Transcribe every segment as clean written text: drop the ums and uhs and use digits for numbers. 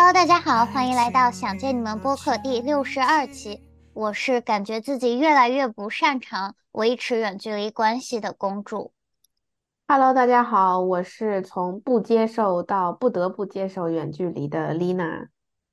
Hello，大家好，欢迎来到想见你们播客第62期。我是感觉自己越来越不擅长维持远距离关系的公主。 Hello，大家好，我是从不接受到不得不接受远距离的 Lina。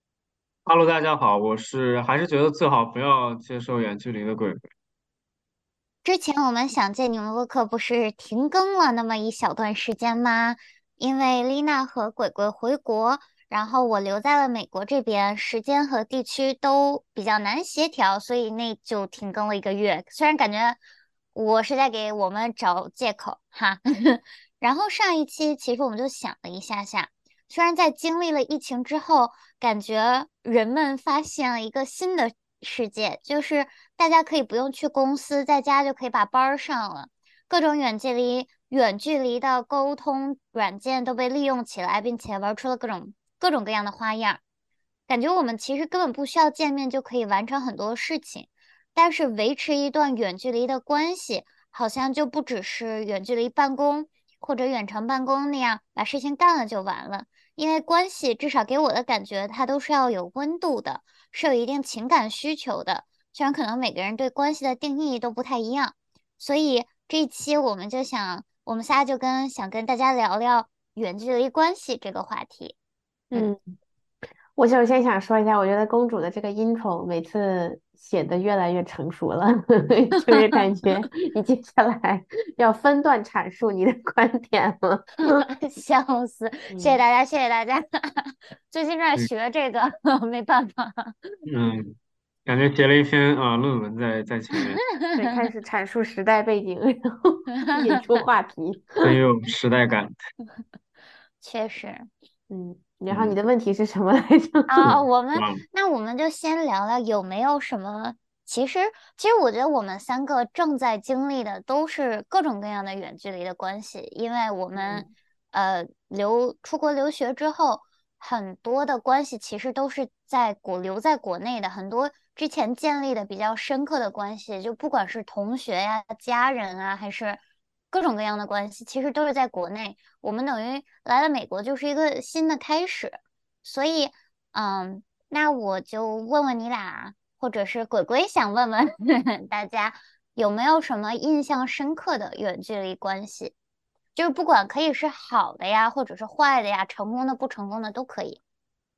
Hello，大家好，还是觉得最好不要接受远距离的鬼鬼。 之前我们想见你们播客不是停更了那么一小段时间吗？因为丽娜和鬼鬼回国，然后我留在了美国这边，时间和地区都比较难协调，所以那就停更了1个月。虽然感觉我是在给我们找借口哈。然后上一期其实我们就想了一下下，虽然在经历了疫情之后，感觉人们发现了一个新的世界，就是大家可以不用去公司，在家就可以把班儿上了。各种远距离的沟通软件都被利用起来，并且玩出了各种各样的花样。感觉我们其实根本不需要见面就可以完成很多事情，但是维持一段远距离的关系，好像就不只是远距离办公或者远程办公那样把事情干了就完了。因为关系至少给我的感觉，它都是要有温度的，是有一定情感需求的。虽然可能每个人对关系的定义都不太一样，所以这一期我们就想，我们仨就想跟大家聊聊远距离关系这个话题。嗯。 嗯，我首先想说一下，我觉得公主的这个 intro 每次写的越来越成熟了，就是感觉你接下来要分段阐述你的观点了。 笑死！谢谢嗯， 大家，谢谢大家。最近在嗯学这个，没办法。 嗯，感觉写了一篇论文在前面， 对，开始阐述时代背景，然后引出话题。 很有时代感。 确实嗯，然后你嗯， 的问题是什么来着？ 啊，我们忘了。 那我们就先聊聊有没有什么。其实我觉得我们三个正在经历的都是各种各样的远距离的关系，因为我们嗯出国留学之后，很多的关系其实都是留在国内的，很多之前建立的比较深刻的关系，就不管是同学呀、家人啊，还是各种各样的关系，其实都是在国内。我们等于来了美国就是一个新的开始。所以，那我就问问你俩，或者是鬼鬼想问问大家，有没有什么印象深刻的远距离关系？就是不管可以是好的呀，或者是坏的呀，成功的、不成功的都可以。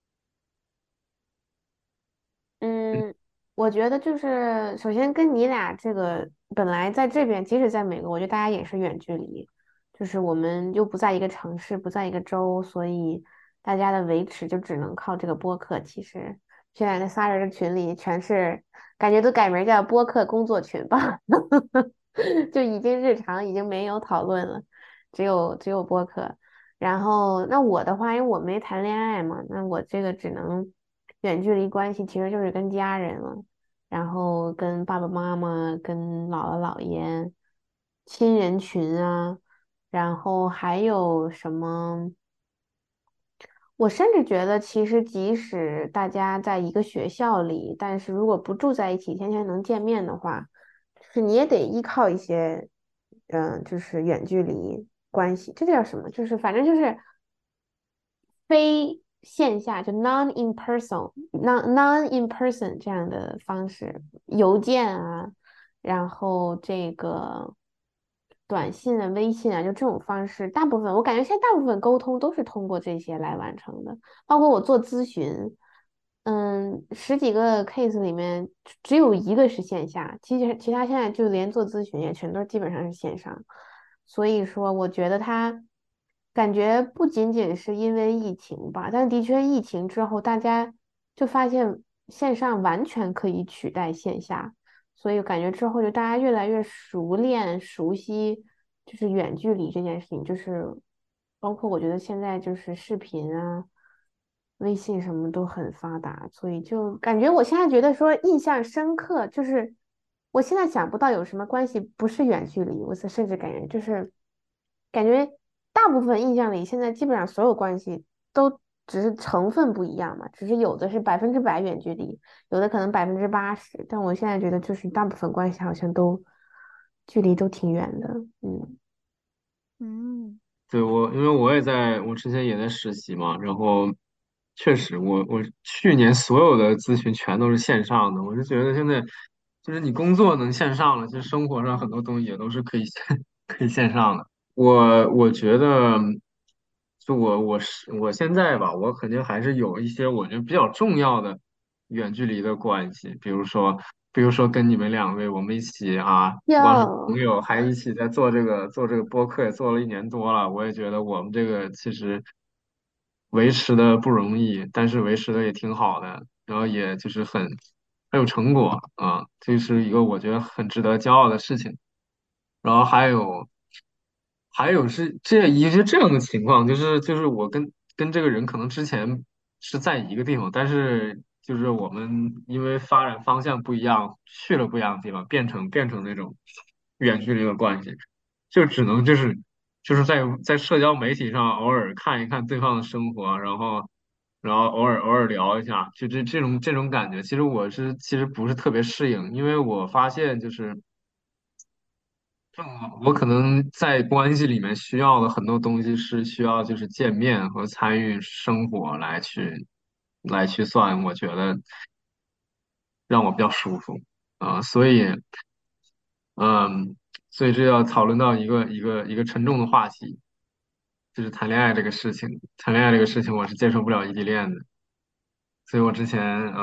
嗯，我觉得就是首先跟你俩这个本来在这边，即使在美国，我觉得大家也是远距离，就是我们又不在一个城市，不在一个州，所以大家的维持就只能靠这个播客。其实现在那仨人的群里全是感觉都改名叫播客工作群吧，就已经日常已经没有讨论了，只有播客。然后那我的话，因为我没谈恋爱嘛，那我这个只能远距离关系，其实就是跟家人了，然后跟爸爸妈妈、跟姥姥姥爷、亲人群啊，然后还有什么？我甚至觉得，其实即使大家在一个学校里，但是如果不住在一起，天天能见面的话，就是你也得依靠一些，就是远距离关系，这叫什么？就是反正就是非线下，就 non in person 这样的方式，邮件啊，然后这个短信啊、微信啊，就这种方式，大部分我感觉现在大部分沟通都是通过这些来完成的。包括我做咨询，十几个 case 里面只有一个是线下，其他现在就连做咨询也全都基本上是线上。所以说，我觉得他感觉不仅仅是因为疫情吧，但的确疫情之后，大家就发现线上完全可以取代线下，所以感觉之后就大家越来越熟练、熟悉，就是远距离这件事情，就是包括我觉得现在就是视频啊。微信什么都很发达，所以就感觉我现在觉得说印象深刻，就是我现在想不到有什么关系不是远距离，我甚至感觉大部分印象里，现在基本上所有关系都只是成分不一样嘛，只是有的是100%远距离，有的可能80%，但我现在觉得就是大部分关系好像都距离都挺远的，嗯嗯对，因为我之前也在实习嘛，然后确实，我去年所有的咨询全都是线上的，我就觉得现在就是你工作能线上了，其实生活上很多东西也都是可以可以线上的。我觉得，我现在吧，我肯定还是有一些我觉得比较重要的远距离的关系，比如说跟你们两位，我们一起啊，不光是朋就友，还一起在做这个播客，也做了1年多了。我也觉得我们这个其实维持的不容易，但是维持的也挺好的，然后也就是很有成果啊，这是一个我觉得很值得骄傲的事情。然后还有是一些这样的情况，就是我跟这个人可能之前是在一个地方，但是就是我们因为发展方向不一样，去了不一样的地方，变成那种远距离的关系，就只能就是在社交媒体上偶尔看一看对方的生活，然后偶尔聊一下，就这种感觉，其实不是特别适应，因为我发现就是。我可能在关系里面需要的很多东西是需要就是见面和参与生活来去算，我觉得让我比较舒服啊、嗯，所以这要讨论到一个沉重的话题，就是谈恋爱这个事情。谈恋爱这个事情，我是接受不了异地恋的，所以我之前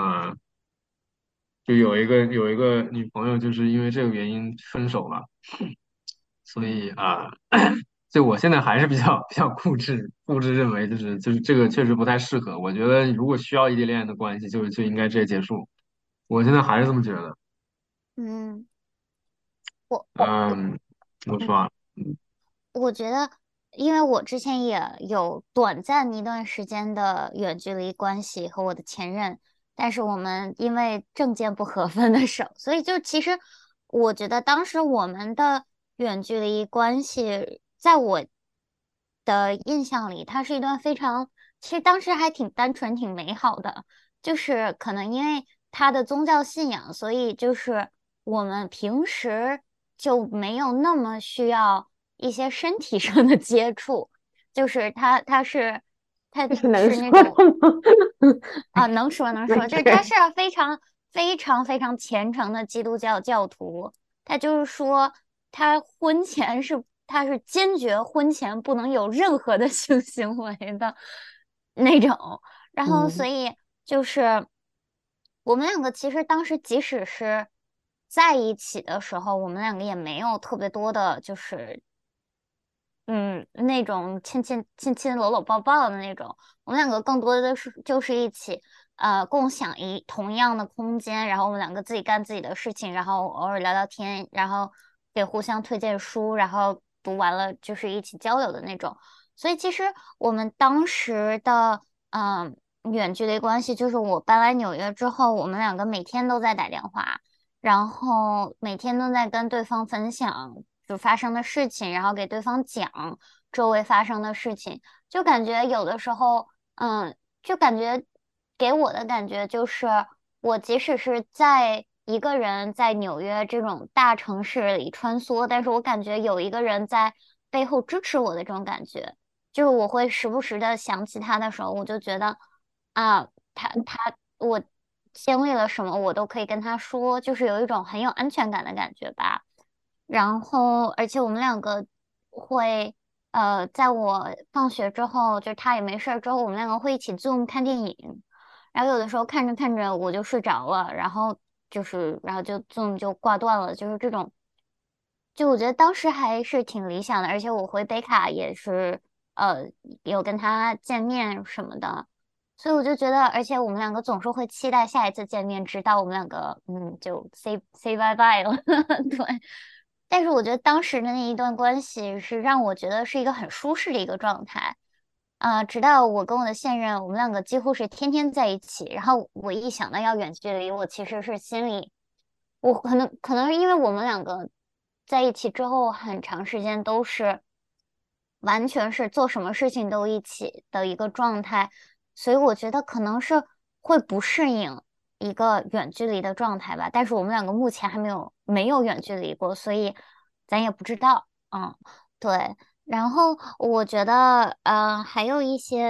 就有一个女朋友，就是因为这个原因分手了。所以所以我现在还是比较固执认为就是这个确实不太适合。我觉得如果需要异地恋的关系，就应该直接结束。我现在还是这么觉得。 嗯，我嗯，怎么嗯说啊？嗯我觉得，因为我之前也有短暂一段时间的远距离关系和我的前任，但是我们因为政见不合分的手，所以就其实我觉得当时我们的远距离关系，在我的印象里，它是一段非常，其实当时还挺单纯、挺美好的。就是可能因为他的宗教信仰，所以就是我们平时就没有那么需要一些身体上的接触，就是他这是能说是那种的吗？ 啊，能说能说，就是他没事。 是非常非常非常虔诚的基督教教徒，他就是说他他是坚决婚前不能有任何的性行为的那种。然后所嗯， 以就是我们两个其实当时即使是在一起的时候，我们两个也没有特别多的，就是那种亲亲搂搂抱抱的那种。我们两个更多的就是一起共享同样的空间，然后我们两个自己干自己的事情，然后偶尔聊聊天，然后给互相推荐书，然后读完了就是一起交流的那种。所以其实我们当时的远距离关系，就是我搬来纽约之后，我们两个每天都在打电话，然后每天都在跟对方分享就发生的事情，然后给对方讲周围发生的事情，就感觉有的时候，就感觉给我的感觉就是，我即使是在一个人在纽约这种大城市里穿梭，但是我感觉有一个人在背后支持我的这种感觉。就是我会时不时的想起他的时候，我就觉得我经历了什么，我都可以跟他说，就是有一种很有安全感的感觉吧。然后，而且我们两个会，在我放学之后，就是他也没事儿之后，我们两个会一起 Zoom 看电影。然后有的时候看着看着我就睡着了，然后就 Zoom 就挂断了，就是这种。就我觉得当时还是挺理想的，而且我回北卡也是有跟他见面什么的，所以我就觉得，而且我们两个总是会期待下一次见面，直到我们两个就 say bye bye 了，对。但是我觉得当时的那一段关系是让我觉得是一个很舒适的一个状态，直到我跟我的现任，我们两个几乎是天天在一起，然后我一想到要远距离，我其实是心里。我可能是因为我们两个在一起之后很长时间都是完全是做什么事情都一起的一个状态，所以我觉得可能是会不适应一个远距离的状态吧。但是我们两个目前还没有远距离过，所以咱也不知道。对。然后我觉得，还有一些。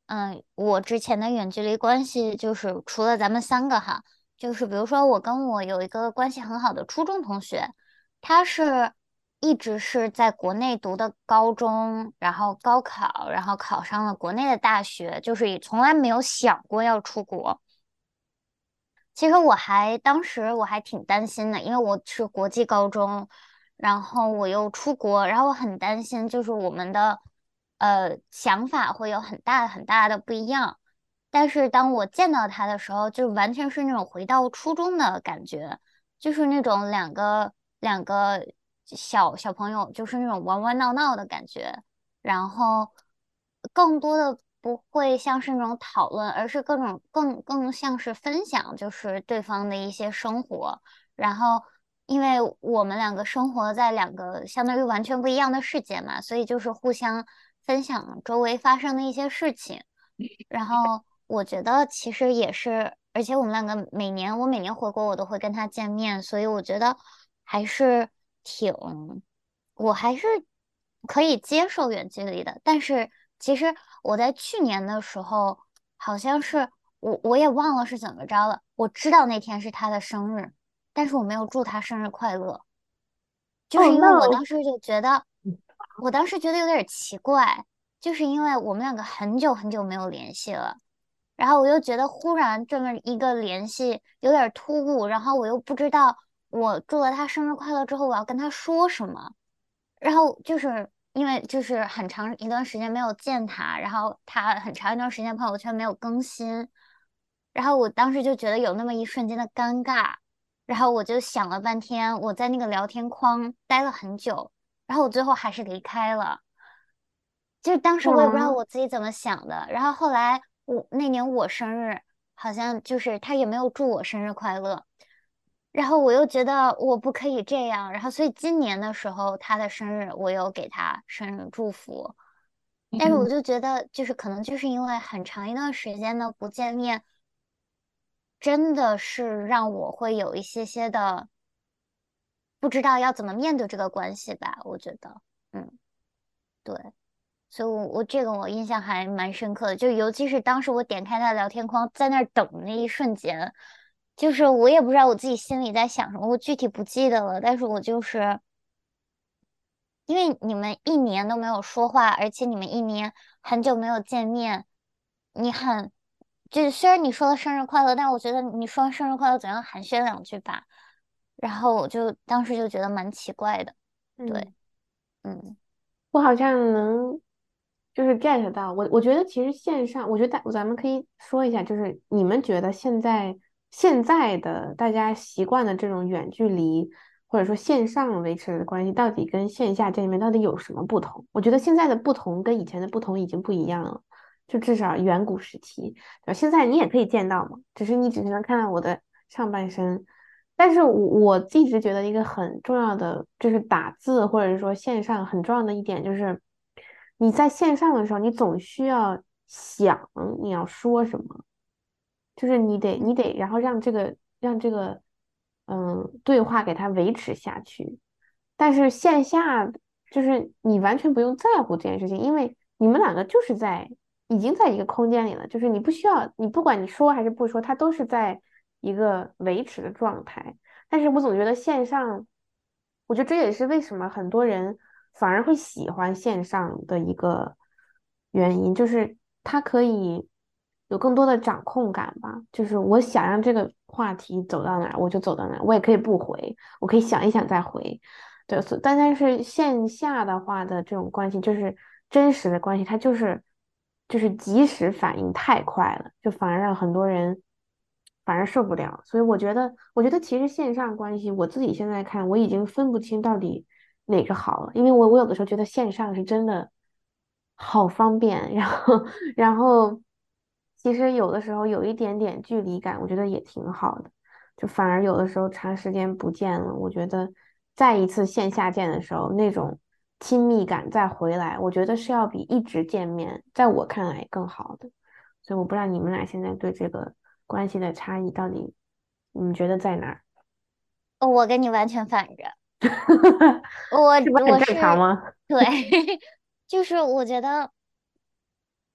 我之前的远距离关系就是除了咱们3个哈，就是比如说我跟我有一个关系很好的初中同学，他是一直是在国内读的高中，然后高考，然后考上了国内的大学，就是也从来没有想过要出国。其实当时我还挺担心的，因为我是国际高中，然后我又出国，然后我很担心，就是我们的想法会有很大很大的不一样。但是当我见到他的时候，就完全是那种回到初中的感觉，就是那种两个小朋友，就是那种玩玩闹闹的感觉。然后更多的不会像是那种讨论，而是各种更像是分享，就是对方的一些生活。然后，因为我们两个生活在2个相当于完全不一样的世界嘛，所以就是互相分享周围发生的一些事情。然后我觉得其实也是，而且我们2个我每年回国我都会跟他见面，所以我觉得还是挺，我还是可以接受远距离的。但是其实我在去年的时候，好像是我也忘了是怎么着了，我知道那天是他的生日，但是我没有祝他生日快乐。就是哦， 因为那我当时觉得有点奇怪，就是因为我们2个很久很久没有联系了，然后我又觉得忽然这么一个联系有点突兀，然后我又不知道我祝了他生日快乐之后我要跟他说什么，然后就是因为就是很长一段时间没有见他，然后他很长一段时间朋友圈没有更新，然后我当时就觉得有那么一瞬间的尴尬。然后我就想了半天，我在那个聊天框待了很久，然后我最后还是离开了。就是当时我也不知道嗯， 我自己怎么想的，然后后来那年我生日，好像就是他也没有祝我生日快乐，然后我又觉得我不可以这样，然后所以今年的时候他的生日，我有给他生日祝福，但是我就觉得就是可能就是因为很长一段时间的不见面，真的是让我会有一些些的。不知道要怎么面对这个关系吧，我觉得，嗯，对，所以我这个我印象还蛮深刻的，就尤其是当时我点开他的聊天框，在那儿等的那一瞬间，就是我也不知道我自己心里在想什么，我具体不记得了，但是我就是因为你们一年都没有说话，而且你们一年很久没有见面，你很，就是虽然你说了生日快乐，但是我觉得你说完生日快乐总要寒暄2句吧，然后我就当时就觉得蛮奇怪的，对。 嗯， 嗯， 我好像能就是 get 到我觉得其实线上，我觉得咱们可以说一下，就是你们觉得现在的大家习惯的这种远距离或者说线上维持的关系，到底跟线下见面到底有什么不同？我觉得现在的不同跟以前的不同已经不一样了，就至少远古时期，对吧？现在你也可以见到嘛，只是能看到我的上半身。但是我一直觉得一个很重要的就是打字或者说线上很重要的一点就是你在线上的时候，你总需要想你要说什么，就是你得然后让这个对话给它维持下去。但是线下就是你完全不用在乎这件事情，因为你们2个就是已经在一个空间里了，就是你不需要你不管你说还是不说，它都是在一个维持的状态。但是我总觉得线上，我觉得这也是为什么很多人反而会喜欢线上的一个原因，就是它可以有更多的掌控感吧。就是我想让这个话题走到哪儿，我就走到哪儿，我也可以不回，我可以想一想再回。对，但是线下的话的这种关系，就是真实的关系，它就是及时反应太快了，就反而让很多人反而受不了。所以我觉得其实线上关系，我自己现在看，我已经分不清到底哪个好了，因为我有的时候觉得线上是真的好方便，然后其实有的时候有一点点距离感，我觉得也挺好的。就反而有的时候长时间不见了，我觉得再一次线下见的时候，那种亲密感再回来，我觉得是要比一直见面，在我看来更好的。所以我不知道你们俩现在对这个关系的差异到底，你们觉得在哪儿？ 我跟你完全反着，我是不是很正常我是吗？ 对，就是我觉得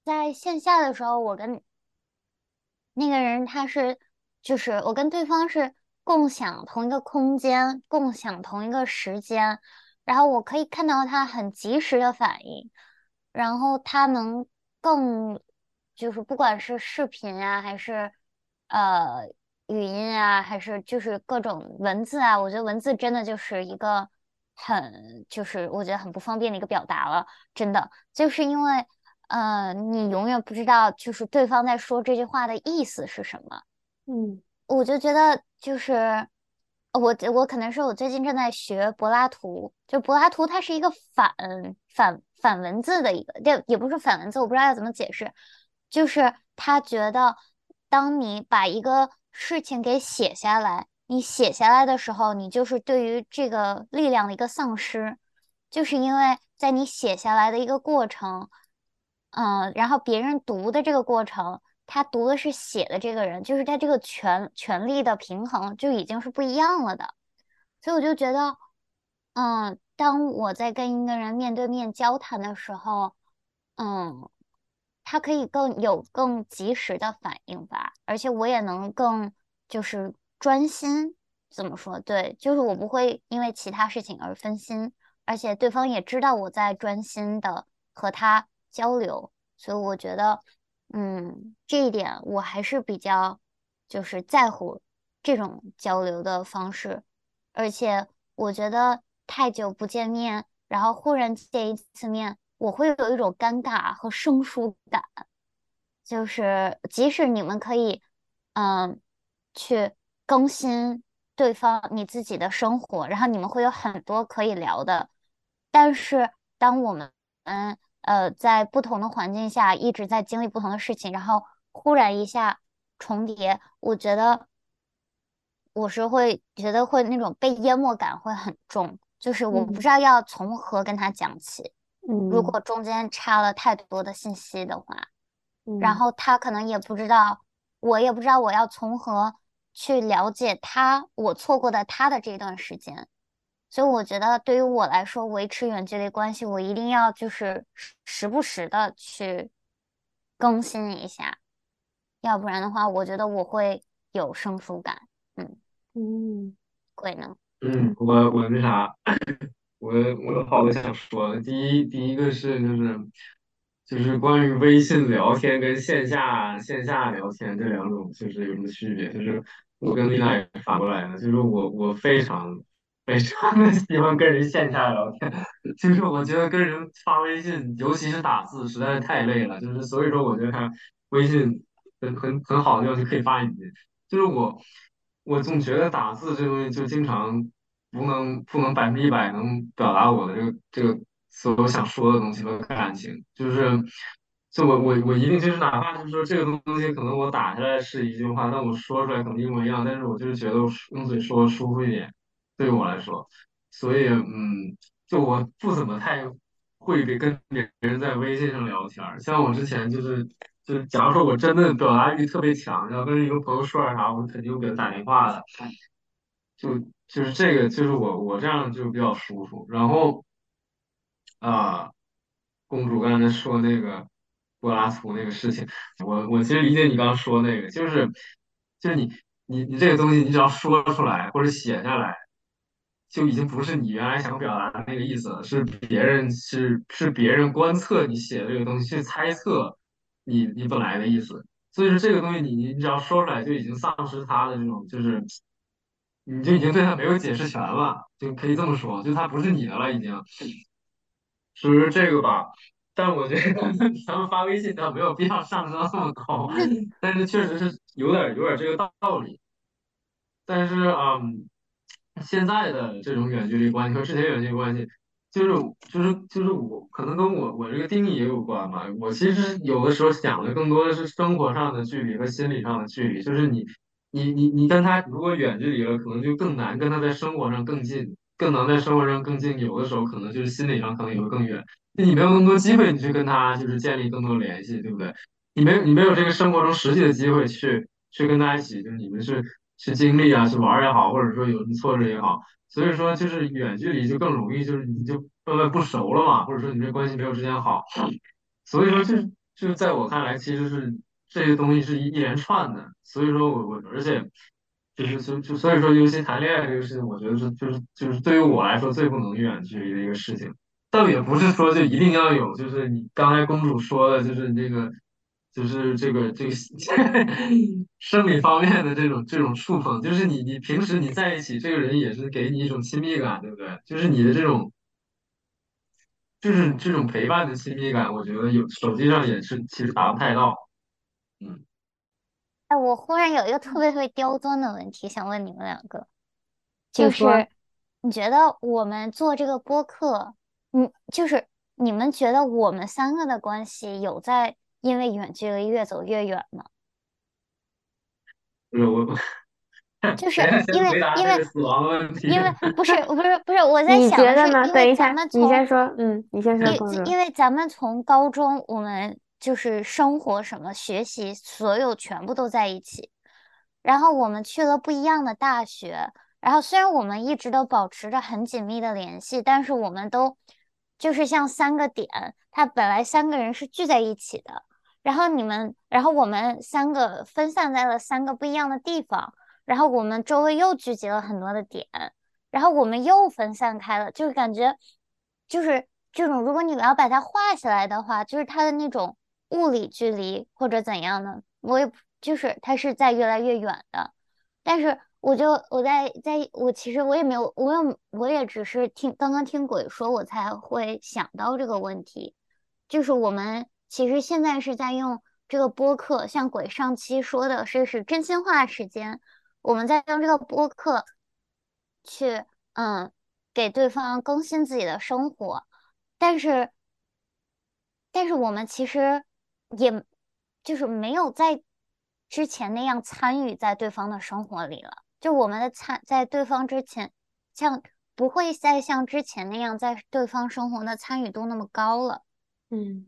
在线下的时候，我跟那个人就是我跟对方是共享同一个空间，共享同一个时间，然后我可以看到他很及时的反应，然后他能更就是不管是视频啊，还是呃语音啊，还是就是各种文字啊，我觉得文字真的就是一个就是我觉得很不方便的一个表达了，真的就是因为。你永远不知道就是对方在说这句话的意思是什么。 嗯我就觉得就是我可能是我最近正在学柏拉图，就柏拉图他是一个反文字的一个，也不是反文字，我不知道要怎么解释，就是他觉得当你把一个事情给写下来，你写下来的时候，你就是对于这个力量的一个丧失，就是因为在你写下来的一个过程。然后别人读的这个过程，他读的是写的这个人，就是他这个权力的平衡就已经是不一样了的。所以我就觉得，当我在跟一个人面对面交谈的时候，嗯，他可以更及时的反应吧，而且我也能更就是专心。怎么说？对，就是我不会因为其他事情而分心，而且对方也知道我在专心的和他交流，所以我觉得，这一点我还是比较就是在乎这种交流的方式。而且我觉得太久不见面，然后忽然见一次面，我会有一种尴尬和生疏感。就是即使你们可以，嗯，去更新对方你自己的生活，然后你们会有很多可以聊的，但是当我们在不同的环境下一直在经历不同的事情，然后忽然一下重叠，我觉得我是会觉得会那种被淹没感会很重，就是我不嗯知道要从何跟他讲起，如嗯果中间差了太多的信息的话。然嗯后他可能也不知道，我也不知道我要从何去了解他，我错过的他的这段时间。所以我觉得对于我来说，维持远距离关系，我一定要就是时不时的去更新一下，要不然的话，我觉得我会有生疏感。嗯， 嗯会呢。 我那啥，我有好多想说的。第一个是就是关于微信聊天跟线下聊天这两种就是有什么区别？就是我跟丽娜也反过来的，就是我非常的喜欢跟人线下聊天，就是我觉得跟人发微信，尤其是打字，实在是太累了。就是所以说，我觉得它微信很好的地方就可以发语音。就是我总觉得打字这东西就经常不能100%能表达我的这个所有想说的东西和感情，就我一定就是哪怕就是说这个东西可能我打下来是一句话，但我说出来可能一模一样，但是我就是觉得我用嘴说舒服一点，对于我来说，所以就我不怎么太会跟别人在微信上聊天儿，像我之前就是假如说我真的表达欲特别强，要跟一个朋友说点啥，我肯定会给他打电话的。就是这个，就是我这样就比较舒服。然后啊、公主刚才说那个柏拉图那个事情，我其实理解你刚刚说那个，就是你这个东西，你只要说出来或者写下来，就已经不是你原来想表达的那个意思了，是别人观测你写的这个东西，去猜测你本来的意思。所以说这个东西你只要说出来，就已经丧失它的这种就是你就已经对他没有解释权了，就可以这么说，就他不是你的了，已经。所以说这个吧，但我觉得咱们发微信倒没有必要上升那么高，但是确实是有点这个道理。但是现在的这种远距离关系和之前远距离关系，就是我可能跟我这个定义也有关吧。我其实有的时候想的更多的是生活上的距离和心理上的距离，就是你跟他如果远距离了，可能就更难跟他在生活上更近，更能在生活上更近。有的时候可能就是心理上可能也会更远，你没有那么多机会，你去跟他就是建立更多联系，对不对？你没有这个生活中实际的机会去跟他一起，就是你们是经历啊，去玩儿也好，或者说有什么挫折也好，所以说就是远距离就更容易，就是你就慢慢不熟了嘛，或者说你这关系没有之前好，所以说就是在我看来，其实是这些东西是一连串的，所以说而且所以说，尤其谈恋爱这个事情，我觉得就是对于我来说最不能远距离的一个事情。倒也不是说就一定要有，就是你刚才公主说的，就是这个，就是这个生理方面的这种触碰，就是你平时你在一起，这个人也是给你一种亲密感，对不对？就是你的这种就是这种陪伴的亲密感，我觉得手机上也是其实达不太到。嗯， 哎，我忽然有一个特别特别刁钻的问题想问你们两个，就是请说。 你觉得我们做这个播客，就是你们觉得我们三个的关系有在因为远距离越走越远吗？ 不是我， 就是谁来先因为回答因为这个死亡的问题？ 不是，我在你想的是， 觉得呢？ 因为等一下， 咱们从你先说。你先说，公主。 因为咱们从高中，我们就是生活什么学习，所有全部都在一起。然后我们去了不一样的大学，然后虽然我们一直都保持着很紧密的联系，但是我们都就是像三个点，它本来三个人是聚在一起的，然后我们三个分散在了三个不一样的地方，然后我们周围又聚集了很多的点。然后我们又分散开了，就是感觉就是这种，如果你要把它画下来的话，就是它的那种物理距离或者怎样的，我也不就是它是在越来越远的。但是我其实我也没有，我也只是刚刚听鬼说，我才会想到这个问题，就是我们其实现在是在用这个播客，像鬼上期说的是真心话时间。我们在用这个播客去给对方更新自己的生活，但是我们其实也就是没有在之前那样参与在对方的生活里了，就我们的在对方之前像不会再像之前那样在对方生活的参与度那么高了。 嗯，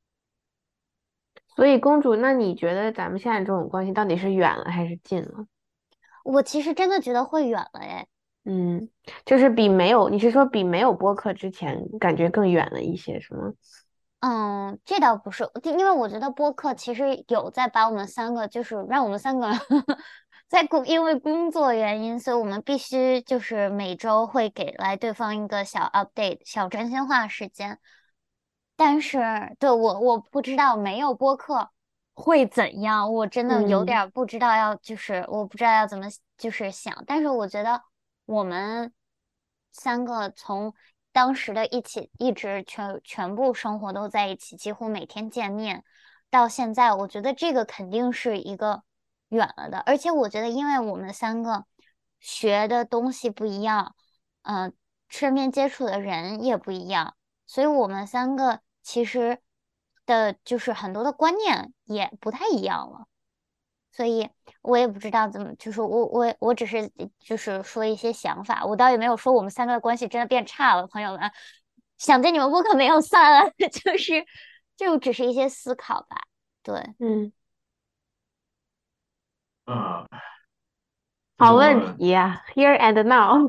所以公主，那你觉得咱们现在这种关系到底是远了还是近了？ 我其实真的觉得会远了诶。 嗯，就是比没有，你是说比没有播客之前感觉更远了一些，是吗？ 嗯，这倒不是，因为我觉得播客其实有在把我们三个，就是让我们三个因为工作原因，所以我们必须就是每周会给来对方一个小 update、小真心话时间。但是，对，我不知道没有播客会怎样，我真的有点嗯儿不知道就是我不知道要怎么就是想。但是我觉得我们三个从当时的一直全部生活都在一起，几乎每天见面，到现在，我觉得这个肯定是一个远了的。而且我觉得，因为我们三个学的东西不一样，嗯、身边接触的人也不一样。所以我们三个其实就是很多的观念也不太一样了，所以我也不知道怎么，就是我只是就是说一些想法，我倒也没有说我们三个的关系真的变差了，朋友们，想见你们播客没有算了，就只是一些思考吧，对。 嗯， 啊，就是好问我题呀，Here and now。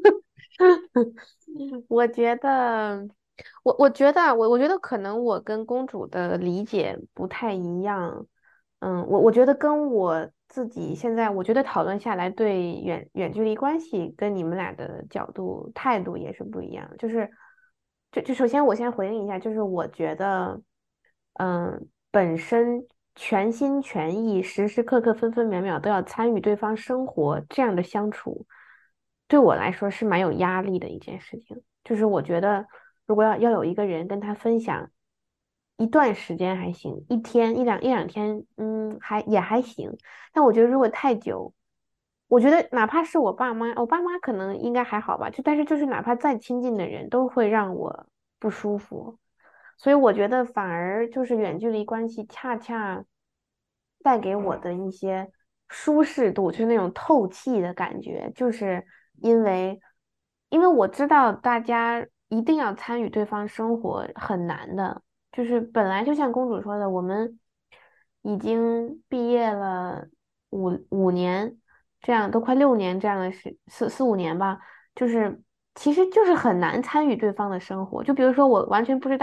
我觉得，我觉得可能我跟公主的理解不太一样。我觉得跟我自己现在，我觉得讨论下来，对远距离关系跟你们俩的角度态度也是不一样。就首先我先回应一下，就是我觉得，本身全心全意、时时刻刻、分分秒秒都要参与对方生活，这样的相处，对我来说是蛮有压力的一件事情。就是我觉得，如果要有一个人跟他分享一段时间还行，一天一两天，也还行。但我觉得如果太久，我觉得哪怕是我爸妈可能应该还好吧，但是就是哪怕再亲近的人都会让我不舒服。所以我觉得反而就是远距离关系恰恰带给我的一些舒适度，就是那种透气的感觉，就是因为因为我知道大家一定要参与对方生活很难的，就是本来就像公主说的，我们已经毕业了五年，这样都快6年这样的4、5年吧。就是其实就是很难参与对方的生活。就比如说我完全不知道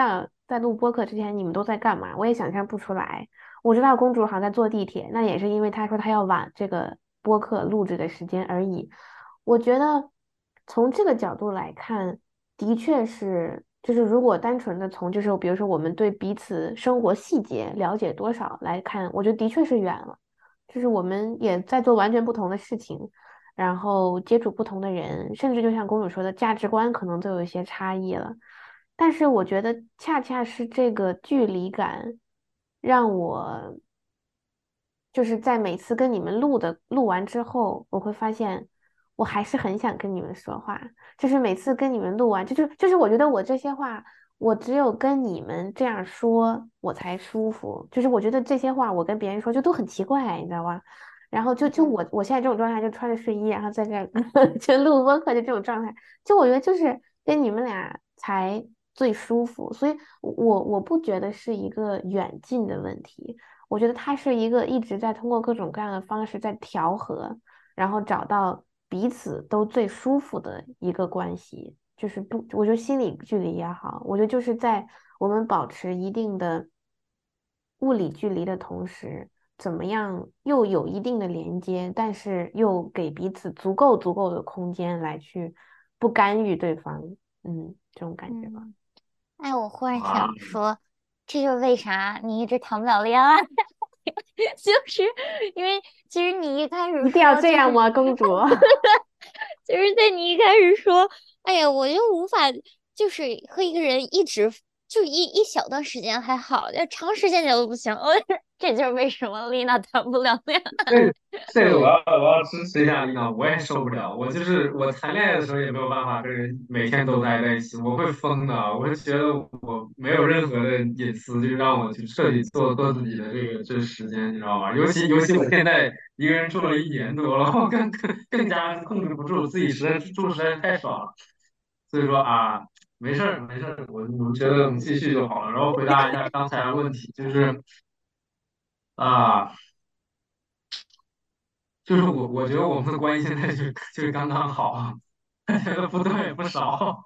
在录播客之前你们都在干嘛，我也想象不出来。我知道公主好像在坐地铁，那也是因为她说她要晚这个播客录制的时间而已。我觉得从这个角度来看，的确是，就是如果单纯的从就是比如说我们对彼此生活细节了解多少来看，我觉得的确是远了。就是我们也在做完全不同的事情，然后接触不同的人，甚至就像公主说的，价值观可能都有一些差异了。但是我觉得恰恰是这个距离感，让我就是在每次跟你们录完之后，我会发现我还是很想跟你们说话。就是每次跟你们录完，就是我觉得我这些话，我只有跟你们这样说，我才舒服。就是我觉得这些话我跟别人说就都很奇怪，你知道吗？然后就嗯我现在这种状态，就穿着睡衣，然后在这儿就录播课，就这种状态。就我觉得就是跟你们俩才最舒服，所以我不觉得是一个远近的问题，我觉得它是一个一直在通过各种各样的方式在调和，然后找到彼此都最舒服的一个关系，就是不，我觉得心理距离也好，我觉得就是在我们保持一定的物理距离的同时。怎么样又有一定的连接，但是又给彼此足够的空间来去不干预对方，这种感觉吧。 嗯，哎，我忽然啊， 想说，这就是为啥你一直谈不了恋爱，就是因为其实你一开始一定要说就是。 这样吗，公主？ 就是在你一开始说，哎呀，我就无法，就是和一个人一直就一小段时间还好，要长时间就不行。这就是为什么丽娜谈不了恋爱。 这个我要支持一下丽娜，我也受不了。我就是我谈恋爱的时候也没有办法跟人每天都待在一起，我会疯的。我会觉得我没有任何的隐私，就让我去彻底做自己的这个时间，你知道吗？尤其我现在一个人住了1年多了，我更加控制不住自己，实在是太爽了。所以说啊，没事儿，我觉得我们继续就好了。然后回答一下刚才的问题，就是啊。就是我觉得我们的关系现在就是刚刚好，觉得不多也不少，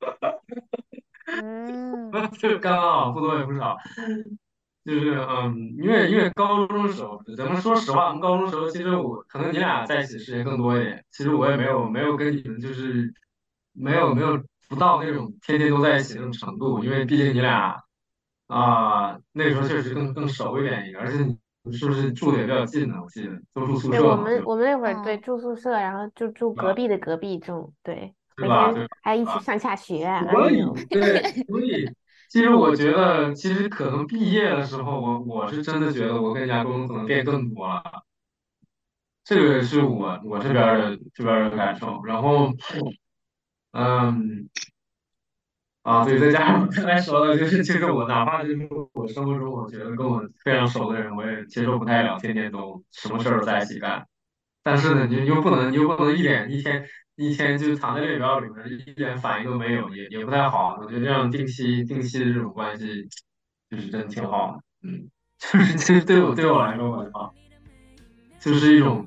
嗯就是刚刚好，不多也不少。就是因为高中的时候，咱们说实话，我们高中的时候，其实我可能你俩在一起时间更多一点，其实我也没有跟你们就是没有不到那种天天都在一起那种程度，因为毕竟你俩那个时候确实更熟一点，而且你们是不是住的也比较近呢？我记得都住宿对， 舍嘛，对吧？ 我们那会儿对嗯住宿舍，然后就住隔壁的隔壁这种，对， 对吧？ 每天对还一起吧？ 上下学，哎所以， 呦， 对，所以，其实我觉得，其实可能毕业的时候，我是真的觉得我跟亚东可能变更多了，这个是我这边儿的感受。然后，嗯，对，再加上我刚才说的，就是我哪怕就是我生活中我觉得跟我非常熟的人，我也接受不太了，天天都什么事儿都在一起干。但是呢，你又不能一天就躺在列表里面一点反应都没有，也不太好。我觉得这样定期的这种关系，就是真的挺好的。就是其实对我来说，我操，就是一种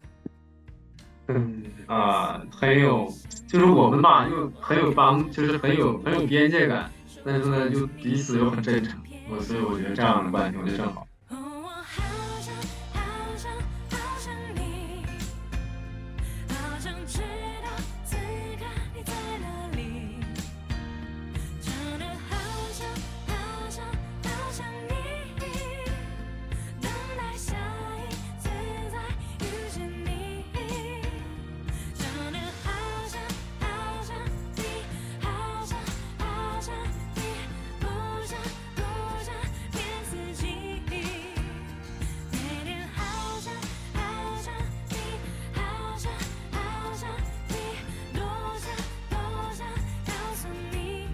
很有，就是我们吧又很有就是很有边界感，但是呢又彼此又很真诚。所以我觉得这样的关系，我觉得正好。 哦，我好想好想好想你，好想知道此刻你在哪里，真的好想好想好想你，等待下一次再遇见你，真的好想好想你，好想好想你，不想不想骗自己，每天好想好想你，好想好想你，多想多想告诉你，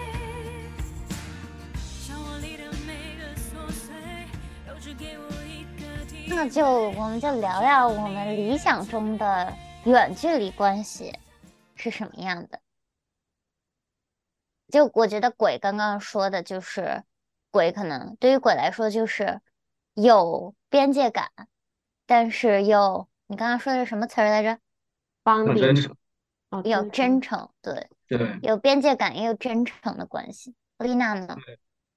生活里的每个琐碎都只给我一个题。 我们就聊聊我们理想中的远距离关系是什么样的。就我觉得鬼刚刚说的就是，鬼可能对于鬼来说就是有边界感，但是又你刚刚说的是什么词儿来着？ 很真 bonding， 诚。 哦， 有真诚。 真诚，对， 对。 有边界感也有真诚的关系。丽娜呢？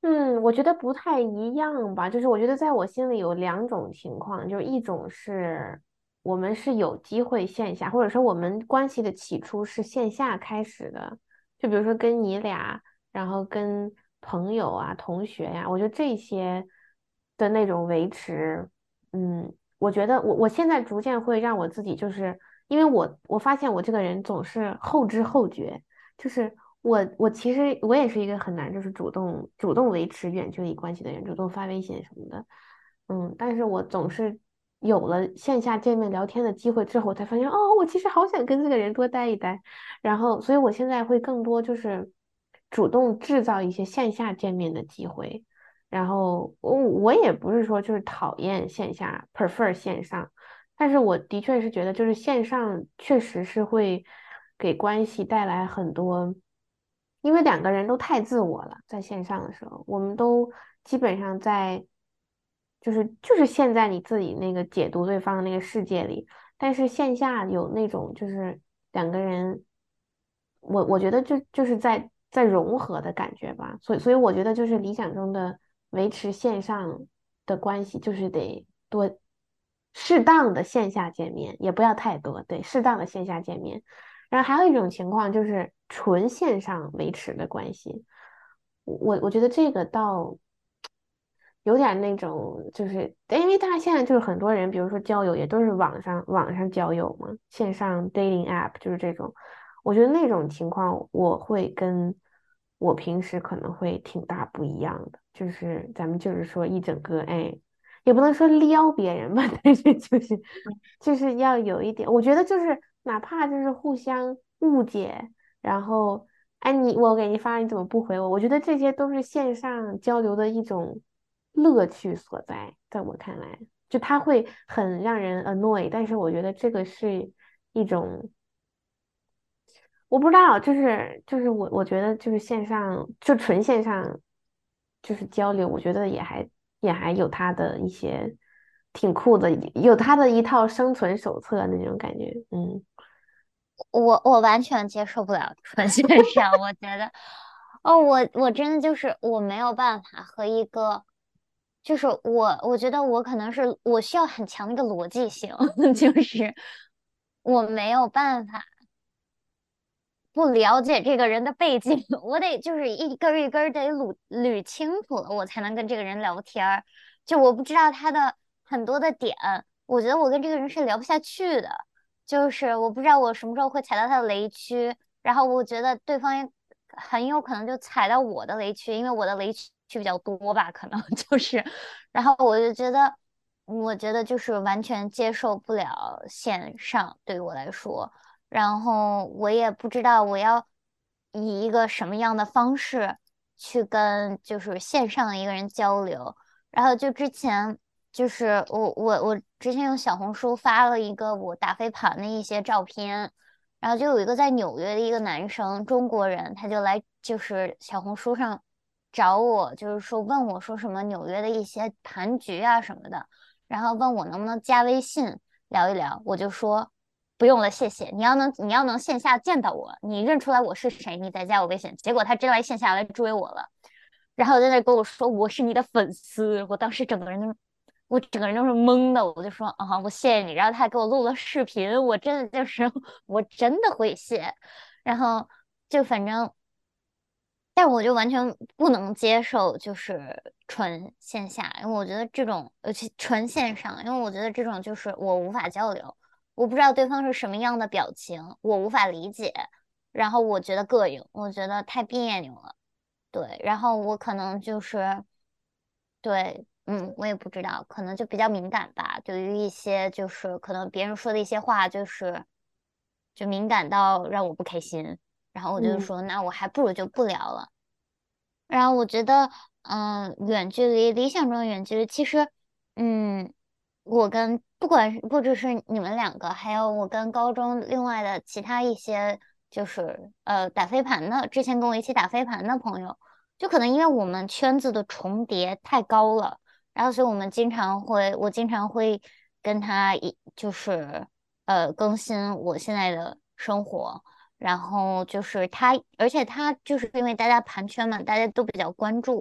我觉得不太一样吧，就是我觉得在我心里有两种情况，就是一种是我们是有机会线下，或者说我们关系的起初是线下开始的，就比如说跟你俩，然后跟朋友啊、同学呀，我觉得这些的那种维持，我觉得我现在逐渐会让我自己，就是因为我发现我这个人总是后知后觉。就是我其实我也是一个很难就是主动维持远距离关系的人，主动发微信什么的，但是我总是有了线下见面聊天的机会之后，我才发现哦，我其实好想跟这个人多待一待，然后所以我现在会更多就是主动制造一些线下见面的机会，然后我也不是说就是讨厌线下，prefer 线上。但是我的确是觉得，就是线上确实是会给关系带来很多，因为两个人都太自我了，在线上的时候，我们都基本上在，就是陷在你自己那个解读对方的那个世界里，但是线下有那种就是两个人，我觉得就是在融合的感觉吧，所以我觉得就是理想中的维持线上的关系，就是得多适当的线下见面，也不要太多，对，适当的线下见面。然后还有一种情况就是纯线上维持的关系，我觉得这个倒有点那种，就是因为大家现在就是很多人，比如说交友也都是网上交友嘛，线上 dating app 就是这种，我觉得那种情况我会跟我平时可能会挺大不一样的，就是咱们就是说一整个也不能说撩别人吧，但是就是要有一点，我觉得就是哪怕就是互相误解，然后我给你发你怎么不回我？我觉得这些都是线上交流的一种乐趣所在，在我看来，就它会很让人 annoy，但是我觉得这个是一种。我不知道，就是我觉得就是线上就纯线上就是交流，我觉得也还有它的一些挺酷的，有它的一套生存手册那种感觉， 我完全接受不了纯线上，我觉得，哦，我真的就是我没有办法和一个，就是我觉得我可能是我需要很强的一个逻辑性，就是我没有办法不了解这个人的背景，我得就是一根儿一根儿得捋清楚了，我才能跟这个人聊天儿。就我不知道他的很多的点，我觉得我跟这个人是聊不下去的。就是我不知道我什么时候会踩到他的雷区，然后我觉得对方也很有可能就踩到我的雷区，因为我的雷区比较多吧，可能就是，然后我就觉得，我觉得就是完全接受不了线上，对于我来说。然后我也不知道我要以一个什么样的方式去跟就是线上的一个人交流。然后就之前就是我之前用小红书发了一个我打飞盘的一些照片，然后就有一个在纽约的一个男生，中国人，他就来就是小红书上找我，就是说问我说什么纽约的一些盘局啊什么的，然后问我能不能加微信聊一聊，我就说不用了，谢谢。你要能线下见到我，你认出来我是谁，你再加我微信。结果他真来线下来追我了，然后在那跟我说我是你的粉丝，我整个人都是懵的，我就说啊，我谢谢你。然后他还给我录了视频，我真的就是我真的会谢。然后就反正，但我就完全不能接受就是纯线下，因为我觉得这种纯线上，因为我觉得这种就是我无法交流，我不知道对方是什么样的表情，我无法理解，然后我觉得膈应，我觉得太别扭了。对，然后我可能就是，对，我也不知道，可能就比较敏感吧，对于一些就是可能别人说的一些话，就敏感到让我不开心，然后我就嗯说，那我还不如就不聊了。然后我觉得，远距离理想中的远距离，其实，嗯，我跟不只是你们两个，还有我跟高中另外的其他一些，就是打飞盘的，之前跟我一起打飞盘的朋友，就可能因为我们圈子的重叠太高了，然后所以我经常会跟他就是更新我现在的生活。然后就是他，而且他就是因为大家盘圈嘛，大家都比较关注，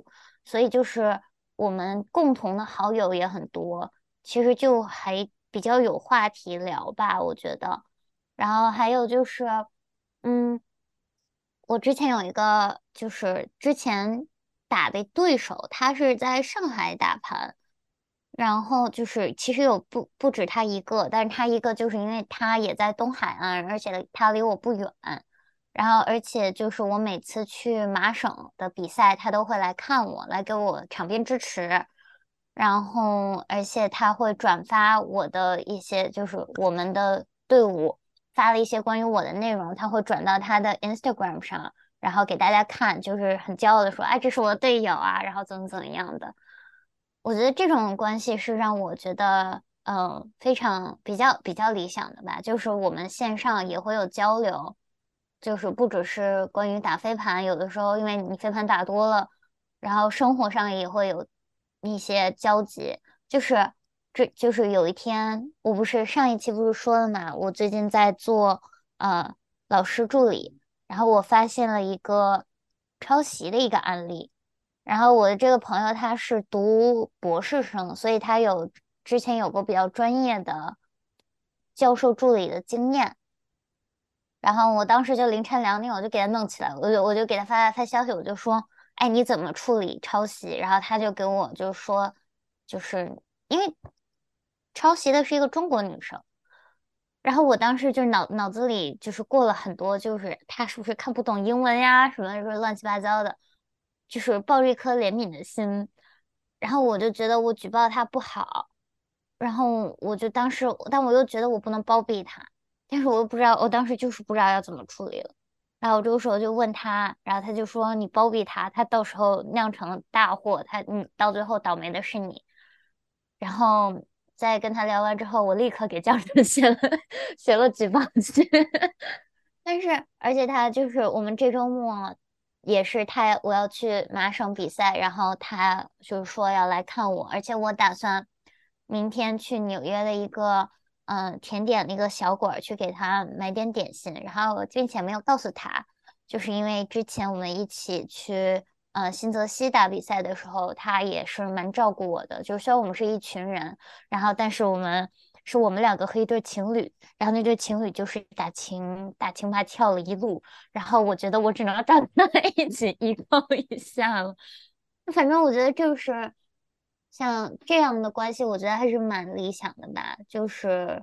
所以就是我们共同的好友也很多，其实就还比较有话题聊吧，我觉得。然后还有就是，嗯，我之前有一个就是之前打的对手，他是在上海打盘，然后就是其实有不止他一个，但是他一个就是因为他也在东海岸，而且他离我不远，然后而且就是我每次去麻省的比赛，他都会来看我，来给我场边支持。然后而且他会转发我的一些，就是我们的队伍发了一些关于我的内容，他会转到他的 Instagram 上，然后给大家看，就是很骄傲的说，哎，这是我的队友啊，然后怎么样的。我觉得这种关系是让我觉得，非常比较理想的吧。就是我们线上也会有交流，就是不只是关于打飞盘，有的时候因为你飞盘打多了，然后生活上也会有一些交集。就是就是有一天，我不是上一期不是说了嘛，我最近在做呃老师助理，然后我发现了一个抄袭的一个案例。然后我的这个朋友他是读博士生，所以他之前有过比较专业的教授助理的经验。然后我当时就凌晨2点，我就给他弄起来，我就给他发消息，我就说，哎，你怎么处理抄袭？然后他就给我就说，就是因为抄袭的是一个中国女生，然后我当时就脑子里就是过了很多，就是他是不是看不懂英文呀，什么乱七八糟的，就是抱着一颗怜悯的心。然后我就觉得我举报他不好，然后我就当时，但我又觉得我不能包庇他，但是我又不知道，我当时就是不知道要怎么处理了。然后我这个时候就问他，然后他就说你包庇他，他到时候酿成大祸，到最后倒霉的是你。然后在跟他聊完之后，我立刻给教授写了举报信。但是而且他就是我们这周末也是我要去麻省比赛，然后他就是说要来看我，而且我打算明天去纽约的一个甜点那个小馆儿去给他买点点心，然后并且没有告诉他，就是因为之前我们一起去新泽西打比赛的时候，他也是蛮照顾我的，就是虽然我们是一群人，然后但是我们两个和一对情侣。然后那对情侣就是打情骂俏了一路，然后我觉得我只能找他们一起依靠一下了。反正我觉得就是像这样的关系，我觉得还是蛮理想的吧。就是，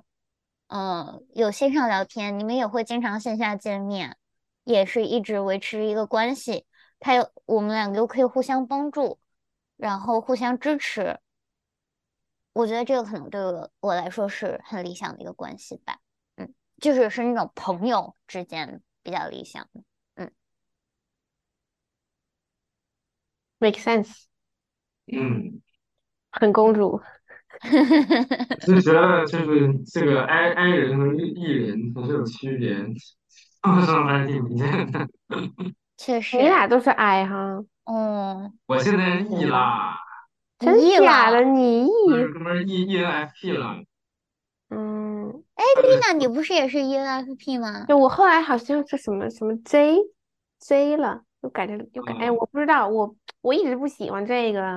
有线上聊天，你们也会经常线下见面，也是一直维持一个关系。我们两个又可以互相帮助，然后互相支持。我觉得这个可能对我来说是很理想的一个关系吧。就是那种朋友之间比较理想的。嗯。 make sense， 嗯， 很公主。 我是觉得就是这个 I 人和 E 人还是有区别，上班挺明显的。 确实。 你俩都是 I 哈， 哦， 我现在是 E 啦， 真你 E 假的？ 了。 你不是 E， 哥们儿 ENFP 了， 嗯， 哎， 他是丽娜，你不是也是 ENFP 吗？ 就我后来好像是什么什么 J 了，哎， 嗯， 我不知道，我一直不喜欢这个，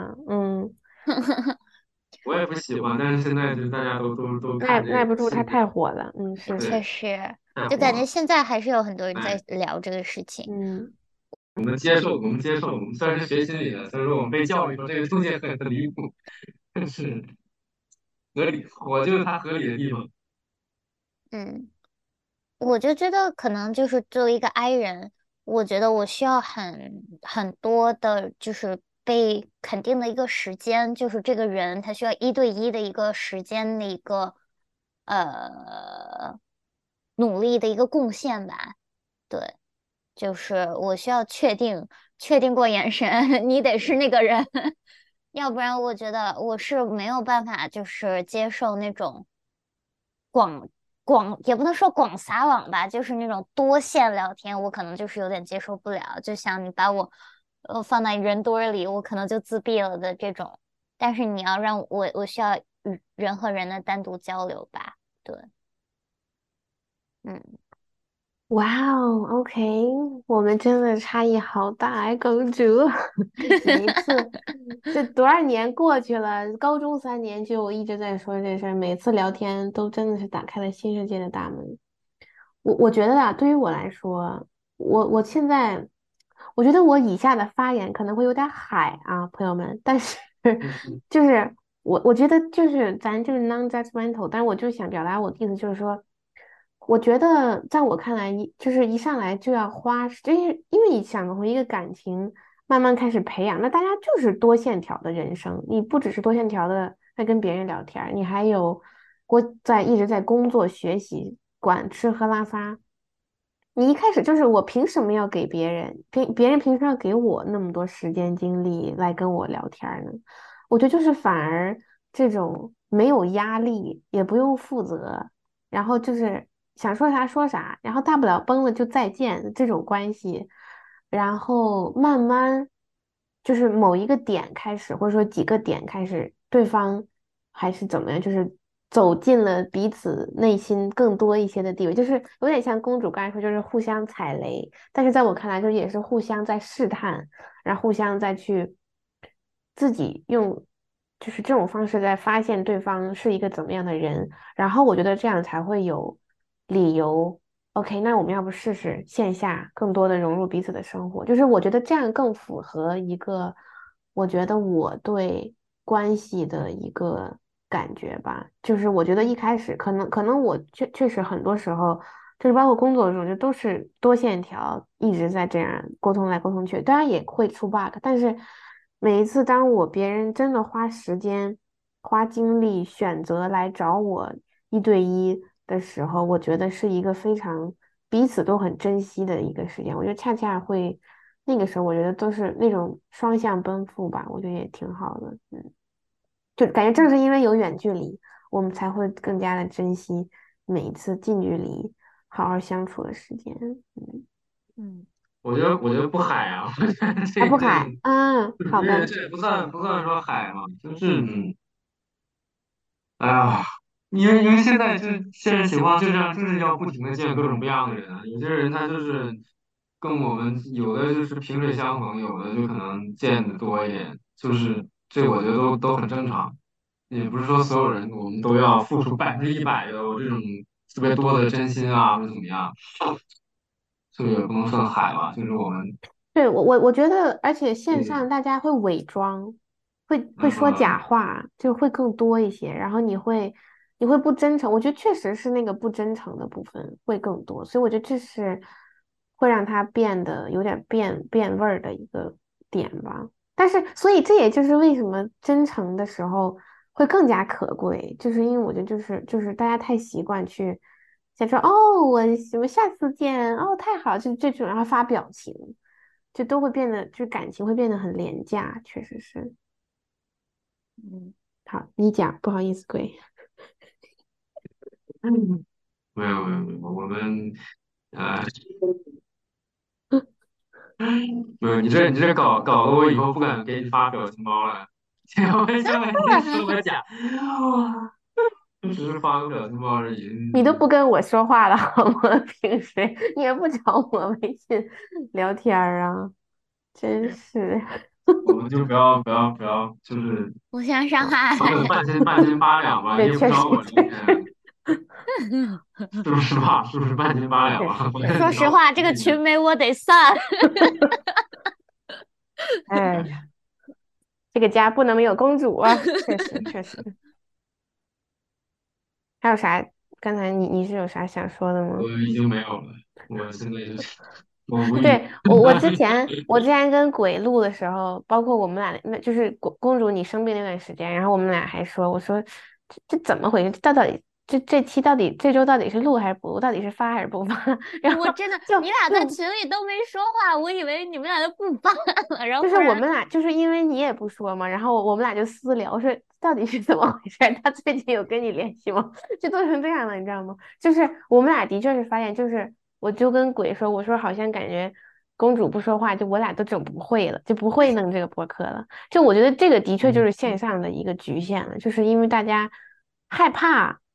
我也不喜欢，但是现在就是大家都耐看这个耐不住它性格， 太火了，是， 确对， 实，就感觉太火了。 现在还是有很多人在哎， 聊这个事情。 嗯我们接受，我们虽然是学心理的，所以说我们被教育说这个东西很离谱，但是合理，我就是它合理的地方。 嗯。我就觉得可能就是作为一个 I 人，我觉得我需要很多的，就是被肯定的一个时间，就是这个人他需要1对1的一个时间的一个呃努力的一个贡献吧。对，就是我需要确定过眼神，你得是那个人，要不然我觉得我是没有办法就是接受那种。广也不能说广撒网吧，就是那种多线聊天，我可能就是有点接受不了。就像你把我放在人堆儿里，我可能就自闭了的这种。但是你要让我需要人和人的单独交流吧。对。嗯。 哇哦，OK，我们真的差异好大哎，公主。每一次，这多少年过去了，高中3年就一直在说这事儿，每次聊天都真的是打开了新世界的大门。我觉得啊，对于我来说，我现在，我觉得我以下的发言可能会有点海啊，朋友们，但是就是我觉得就是咱就是 non-judgmental，但是我就想表达我的意思，就是说，我觉得在我看来，就是一上来就要花，就是因为你想从一个感情慢慢开始培养，那大家就是多线条的人生，你不只是多线条的在跟别人聊天儿，你还有一直在工作、学习、管吃喝拉撒。你一开始就是我凭什么要给别人，别人凭什么要给我那么多时间精力来跟我聊天儿呢？我觉得就是反而这种没有压力，也不用负责，然后就是想说啥说啥，然后大不了崩了就再见这种关系，然后慢慢就是某一个点开始，或者说几个点开始，对方还是怎么样，就是走进了彼此内心更多一些的地位，就是有点像公主刚才说，就是互相踩雷，但是在我看来，就也是互相在试探。然后互相再去自己用，就是这种方式在发现对方是一个怎么样的人，然后我觉得这样才会有理由。OK，那我们要不试试线下更多的融入彼此的生活？就是我觉得这样更符合一个，我觉得我对关系的一个感觉吧。就是我觉得一开始可能我确实很多时候。就是包括工作中，就都是多线条，一直在这样沟通来沟通去，当然也会出 bug，但是每一次当别人真的花时间、花精力选择来找我1对1的时候，我觉得是一个非常彼此都很珍惜的一个时间。我觉得恰恰会那个时候，我觉得都是那种双向奔赴吧，我觉得也挺好的。就感觉正是因为有远距离，我们才会更加的珍惜每一次近距离好好相处的时间。 嗯我觉得不海啊，我觉得啊，不这海，嗯，好的， 这也不算说海嘛，就是哎呀，因为现在情况就这样，就是要不停的见各种各样的人啊。有些人他就是跟我们有的就是萍水相逢，有的就可能见的多一点，就是这我觉得都很正常。也不是说所有人我们都要付出100%的我这种特别多的真心啊，或者怎么样，这个也不能算海吧，就是我们对，我觉得，而且线上对大家会伪装，会说假嗯话，就会更多一些，然后你会不真诚，我觉得确实是那个不真诚的部分会更多，所以我觉得这是会让它变得有点变味儿的一个点吧。但是，所以这也就是为什么真诚的时候会更加可贵，就是因为我觉得就是大家太习惯去想说哦，我什么下次见哦，太好，就这种，然后发表情，就都会变得，就感情会变得很廉价，确实是。 嗯， 好，你讲，不好意思，鬼。 嗯，没有，我们呃没有，你这搞得我以后不敢给你发表情包了。先把你说我讲，哇，就只是发个表情包而已。 你都不跟我说话了好吗？平时你也不找我微信聊天儿啊，真是。 我们就不要，就是互相伤害。 搞得半斤八两吧。你对， 也不确实找我聊确实天，是不是吧？是不是半斤八两吧？ 确实我确实。 说实话， 也得找我这个聊天。 群没我得散。 哎呀，这个家不能没有公主啊！确实确实。还有啥？刚才你是有啥想说的吗？ 我已经没有了，我现在就是我无语。 对，我之前跟鬼录的时候，包括我们俩，那就是公主你生病那段时间，然后我们俩还说，我说这怎么回事？到底这期这周到底是录还是不录？到底是发还是不发？然后我真的， 就你俩在就群里都没说话，我以为你们俩都不发了，然后就是忽然， 我们俩就是因为你也不说嘛，然后我们俩就私聊说到底是怎么回事儿？他最近有跟你联系吗？就做成这样了，你知道吗？就是我们俩的确是发现，就是我就跟鬼说，我说好像感觉公主不说话，就我俩都整不会了，就不会弄这个博客了。就我觉得这个的确就是线上的一个局限了，就是因为大家害怕。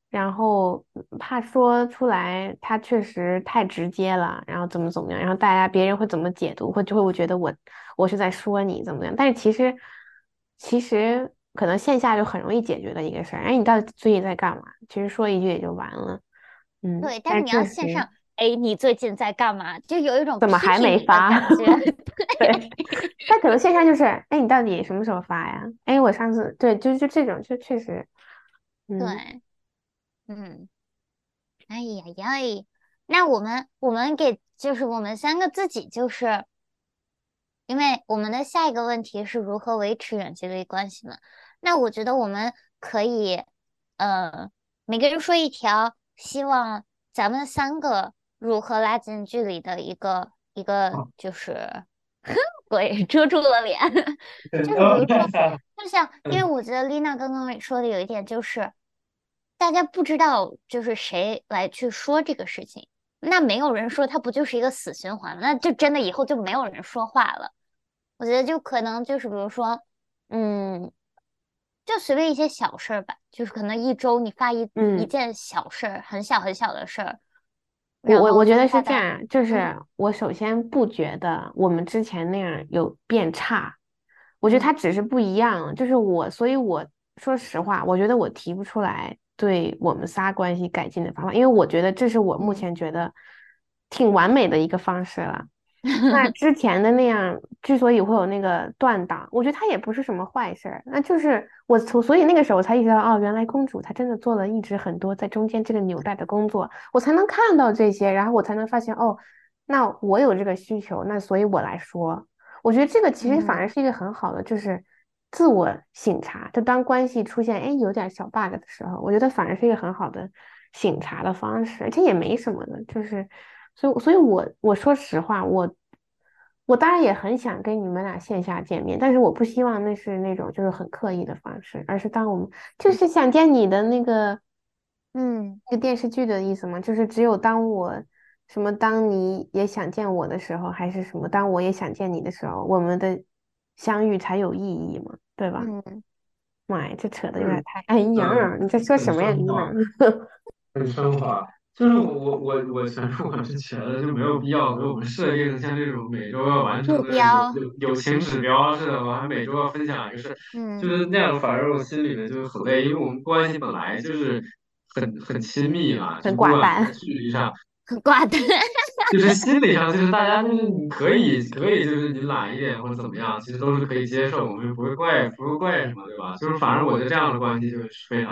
然后怕说出来他确实太直接了，然后怎么样，然后别人会怎么解读，会觉得我是在说你怎么样，但是其实可能线下就很容易解决的一个事儿，哎，你到底最近在干嘛？其实说一句也就完了， 对，但是你要但是确实线上，哎，你最近在干嘛？就有一种怎么还批评你的没发？ 感觉。 对，但可能线下就是，哎，你到底什么时候发呀？哎，我上次对，就这种，就确实，嗯对，嗯，哎呀呀，那我们就是我们三个自己就是。因为我们的下一个问题是如何维持远距离关系嘛？那我觉得我们可以，每个人说一条，希望咱们三个如何拉近距离的一个，就是对，遮住了脸，就是比如说，就像因为我觉得丽娜刚刚说的有一点就是，大家不知道就是谁来去说这个事情，那没有人说，它不就是一个死循环吗？那就真的以后就没有人说话了。我觉得就可能就是比如说，嗯，就随便一些小事儿吧，就是可能一周你发一嗯。 件小事儿，很小很小的事儿， 我然后我我觉得是就发到， 这样，就嗯是我首先不觉得我们之前那样有变差，我觉得嗯它只是不一样。就是所以我说实话，我觉得我提不出来对我们仨关系改进的方法，因为我觉得这是我目嗯， 前觉得挺完美的一个方式了。那之前的那样，之所以会有那个断档，我觉得它也不是什么坏事儿。那就是所以那个时候我才意识到，哦，原来公主她真的做了一直很多在中间这个纽带的工作，我才能看到这些，然后我才能发现，哦，那我有这个需求，那所以我来说，我觉得这个其实反而嗯是一个很好的，就是自我省察。就当关系出现有点小 bug 的时候，我觉得反而是一个很好的省察的方式，而且也没什么的，就是。所以我说实话，我当然也很想跟你们俩线下见面，但是我不希望那是那种就是很刻意的方式，而是当我们就是想见你的嗯那个电视剧的意思嘛，就是只有当你也想见我的时候，还是什么当我也想见你的时候，我们的相遇才有意义嘛，对吧？ 嗯， 妈呀，这扯的有点是太……哎呀，你在说很什么呀，丽娜？ 生化，很生化。就是我全是我是觉得就没有必要给我们设定像这种每周要完目成的标， 友情指标似的，我还每周要分享一个事，就嗯是那样，反而我心里面就很累，因为我们关系本来就是很亲密嘛，就很是不管在寡淡。 距离上。 很挂的， 就是心理上，就是大家就是你可以就是你懒一点或者怎么样，其实都是可以接受，我们也不会怪什么，对吧？就是反正我觉得这样的关系就是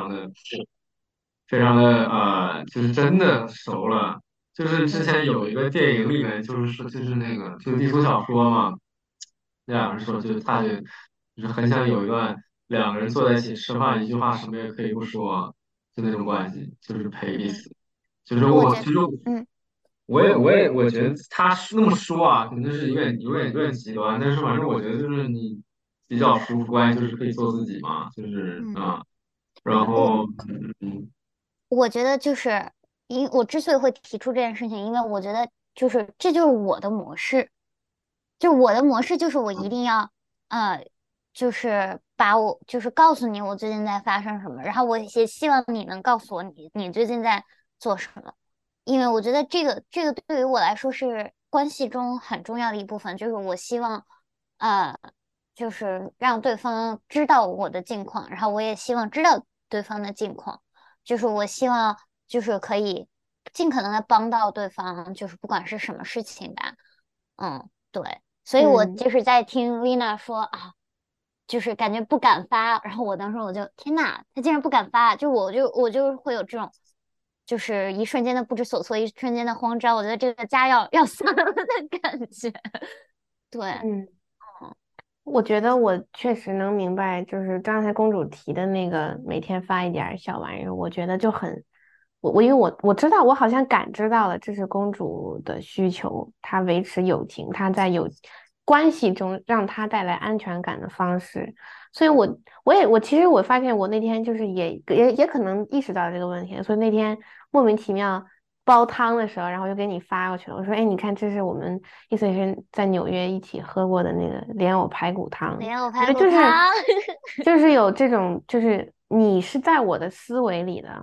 非常的就是真的熟了。就是之前有一个电影里面，就是那个就是低俗小说嘛，那两个人说就是很想有一段两个人坐在一起吃饭，一句话什么也可以不说，就那种关系，就是陪彼嗯， 此。就是我觉得， 其实嗯我觉得他是那么说啊，肯定是有点极端，但是反正我觉得就是你比较舒服关系，就是可以做自己嘛，就是嗯。 然我。 后我觉得就是我之所以会提出这件事情，因为我觉得就是这就是我的模式，就我的模式就是我一定要就是就是告诉你我最近在发生什么，然后我也希望你能告诉我你最近在做什么，因为我觉得这个对于我来说是关系中很重要的一部分，就是我希望呃就是让对方知道我的近况，然后我也希望知道对方的近况。就是我希望就是可以尽可能的帮到对方，就是不管是什么事情吧，对，所以我嗯。 就是在听 Lina 说啊，就是感觉不敢发，然后我当时我就天呐，他竟然不敢发，我就会有这种。就是一瞬间的不知所措，一瞬间的慌张，我觉得这个家要散了的感觉。对， 嗯。我觉得我确实能明白，就是刚才公主提的那个每天发一点儿小玩意儿，我觉得就很，因为我知道，我好像感知到了，这是公主的需求，她维持友情，她在关系中让她带来安全感的方式，所以我其实我发现我那天就是也可能意识到这个问题，所以那天莫名其妙。煲汤的时候，然后就给你发过去了。我说：“哎，你看，这是我们意思是在纽约一起喝过的那个莲藕排骨汤。” 莲藕我觉得排骨汤， 就是有这种，就是你是在我的思维里的，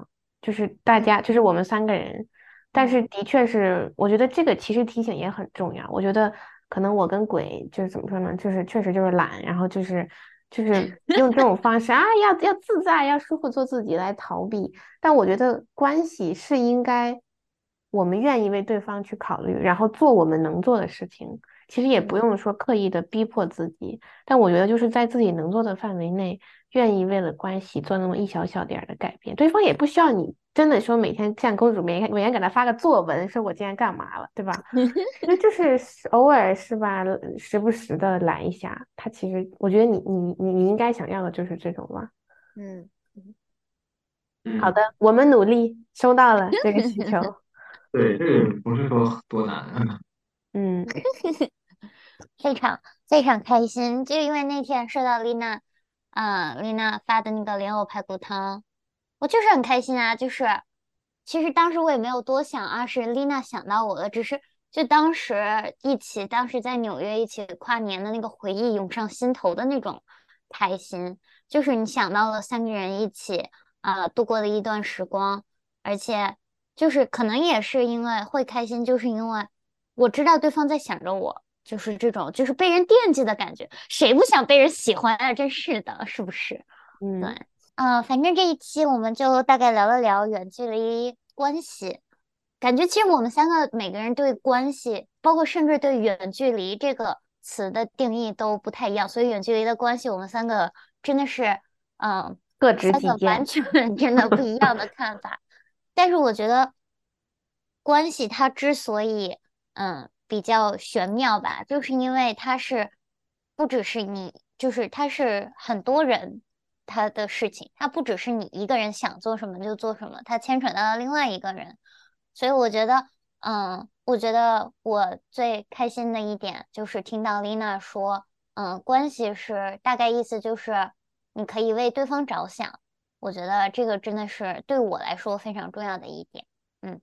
就是大家就是我们3个人，但是的确是，我觉得这个其实提醒也很重要。我觉得可能我跟鬼就是怎么说呢，就是确实就是懒，然后就是用这种方式啊，要自在，要舒服做自己来逃避。但我觉得关系是应该我们愿意为对方去考虑，然后做我们能做的事情。其实也不用说刻意的逼迫自己，但我觉得就是在自己能做的范围内，愿意为了关系做那么一小小点儿的改变。对方也不需要你真的说每天像公主每天给他发个作文，说我今天干嘛了，对吧？那就是偶尔是吧，时不时的来一下。他其实我觉得你应该想要的就是这种吧。 嗯， 好的， 嗯， 我们努力，收到了这个需求。 对，这个不是说多难啊。 嗯非常非常开心，就因为那天收到丽娜发的那个莲藕排骨汤，我就是很开心啊。就是其实当时我也没有多想啊，是丽娜想到我了，只是就当时在纽约一起跨年的那个回忆涌上心头的那种开心，就是你想到了3个人一起度过的一段时光，而且就是可能也是因为会开心，就是因为我知道对方在想着我。就是这种，就是被人惦记的感觉，谁不想被人喜欢啊？真是的，是不是？对， 嗯反正这一期我们就大概聊了聊远距离关系，感觉其实我们3个每个人对关系，包括甚至对远距离这个词的定义都不太一样，所以远距离的关系，我们三个真的是， 各执三个完己见。 全真的不一样的看法。但是我觉得关系它之所以比较玄妙吧，就是因为它是不只是你，就是它是很多人他的事情，它不只是你一个人想做什么就做什么，它牵扯到了另外一个人，所以我觉得我最开心的一点就是听到丽娜说，关系是大概意思就是你可以为对方着想，我觉得这个真的是对我来说非常重要的一点。嗯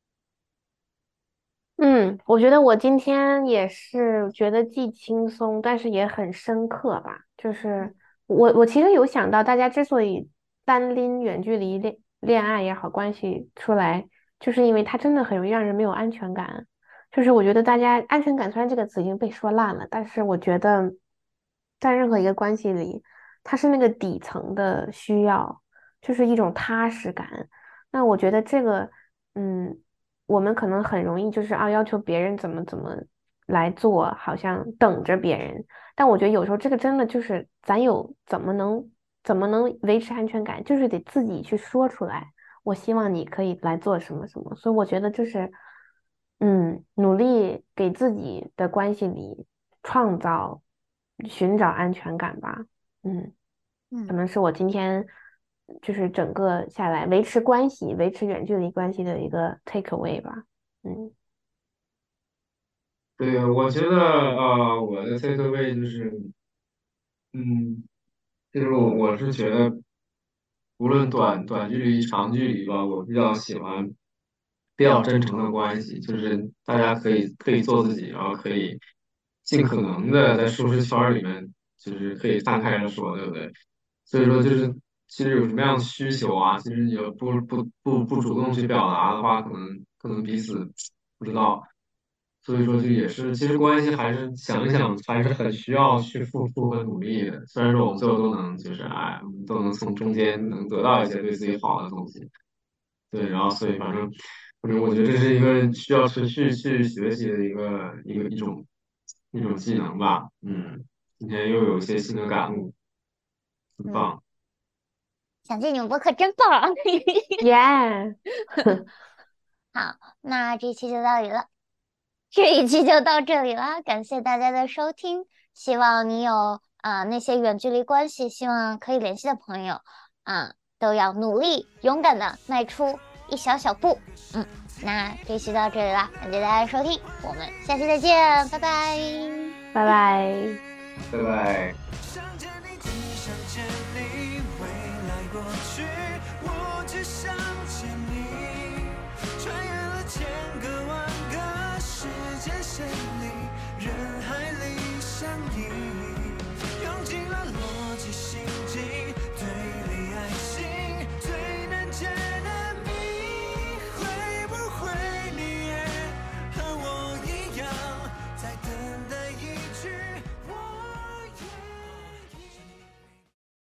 嗯，我觉得我今天也是觉得既轻松，但是也很深刻吧。就是我其实有想到，大家之所以单拎远距离恋爱也好，关系出来，就是因为它真的很容易让人没有安全感。就是我觉得大家安全感虽然这个词已经被说烂了，但是我觉得在任何一个关系里，它是那个底层的需要，就是一种踏实感。那我觉得这个，嗯。我们可能很容易就是要求别人怎么来做，好像等着别人。但我觉得有时候这个真的就是咱有怎么能维持安全感，就是得自己去说出来。我希望你可以来做什么什么。所以我觉得就是，努力给自己的关系里创造、寻找安全感吧。嗯。可嗯能是我今天就是整个下来维持关系、维持远距离关系的一个 take away 吧。嗯对，我觉得我的 takeaway 就是，嗯，就是我是觉得，无论短距离、长距离吧，我比较喜欢比较真诚的关系，就是大家可以做自己，然后可以尽可能的在舒适圈儿里面，就是可以摊开着说，对不对？所以说就是其实有什么样的需求啊，其实你要不主动去表达的话，可能彼此不知道。所以说就也是，其实关系还是想一想，还是很需要去付出和努力的。虽然说我们最后都能就是我们都能从中间能得到一些对自己好的东西。对，然后所以反正我觉得这是一个需要持续去学习的一种技能吧。嗯，今天又有一些新的感悟，很嗯， 棒。 想见你们播客真棒。 耶， 好，那这期就到这里了，这一期就到这里了，感谢大家的收听。希望你有那些远距离关系，希望可以联系的朋友都要努力勇敢的迈出一小小步。那这期到这里了，感谢大家的收听，我们下期再见，拜拜。 拜拜。 拜拜。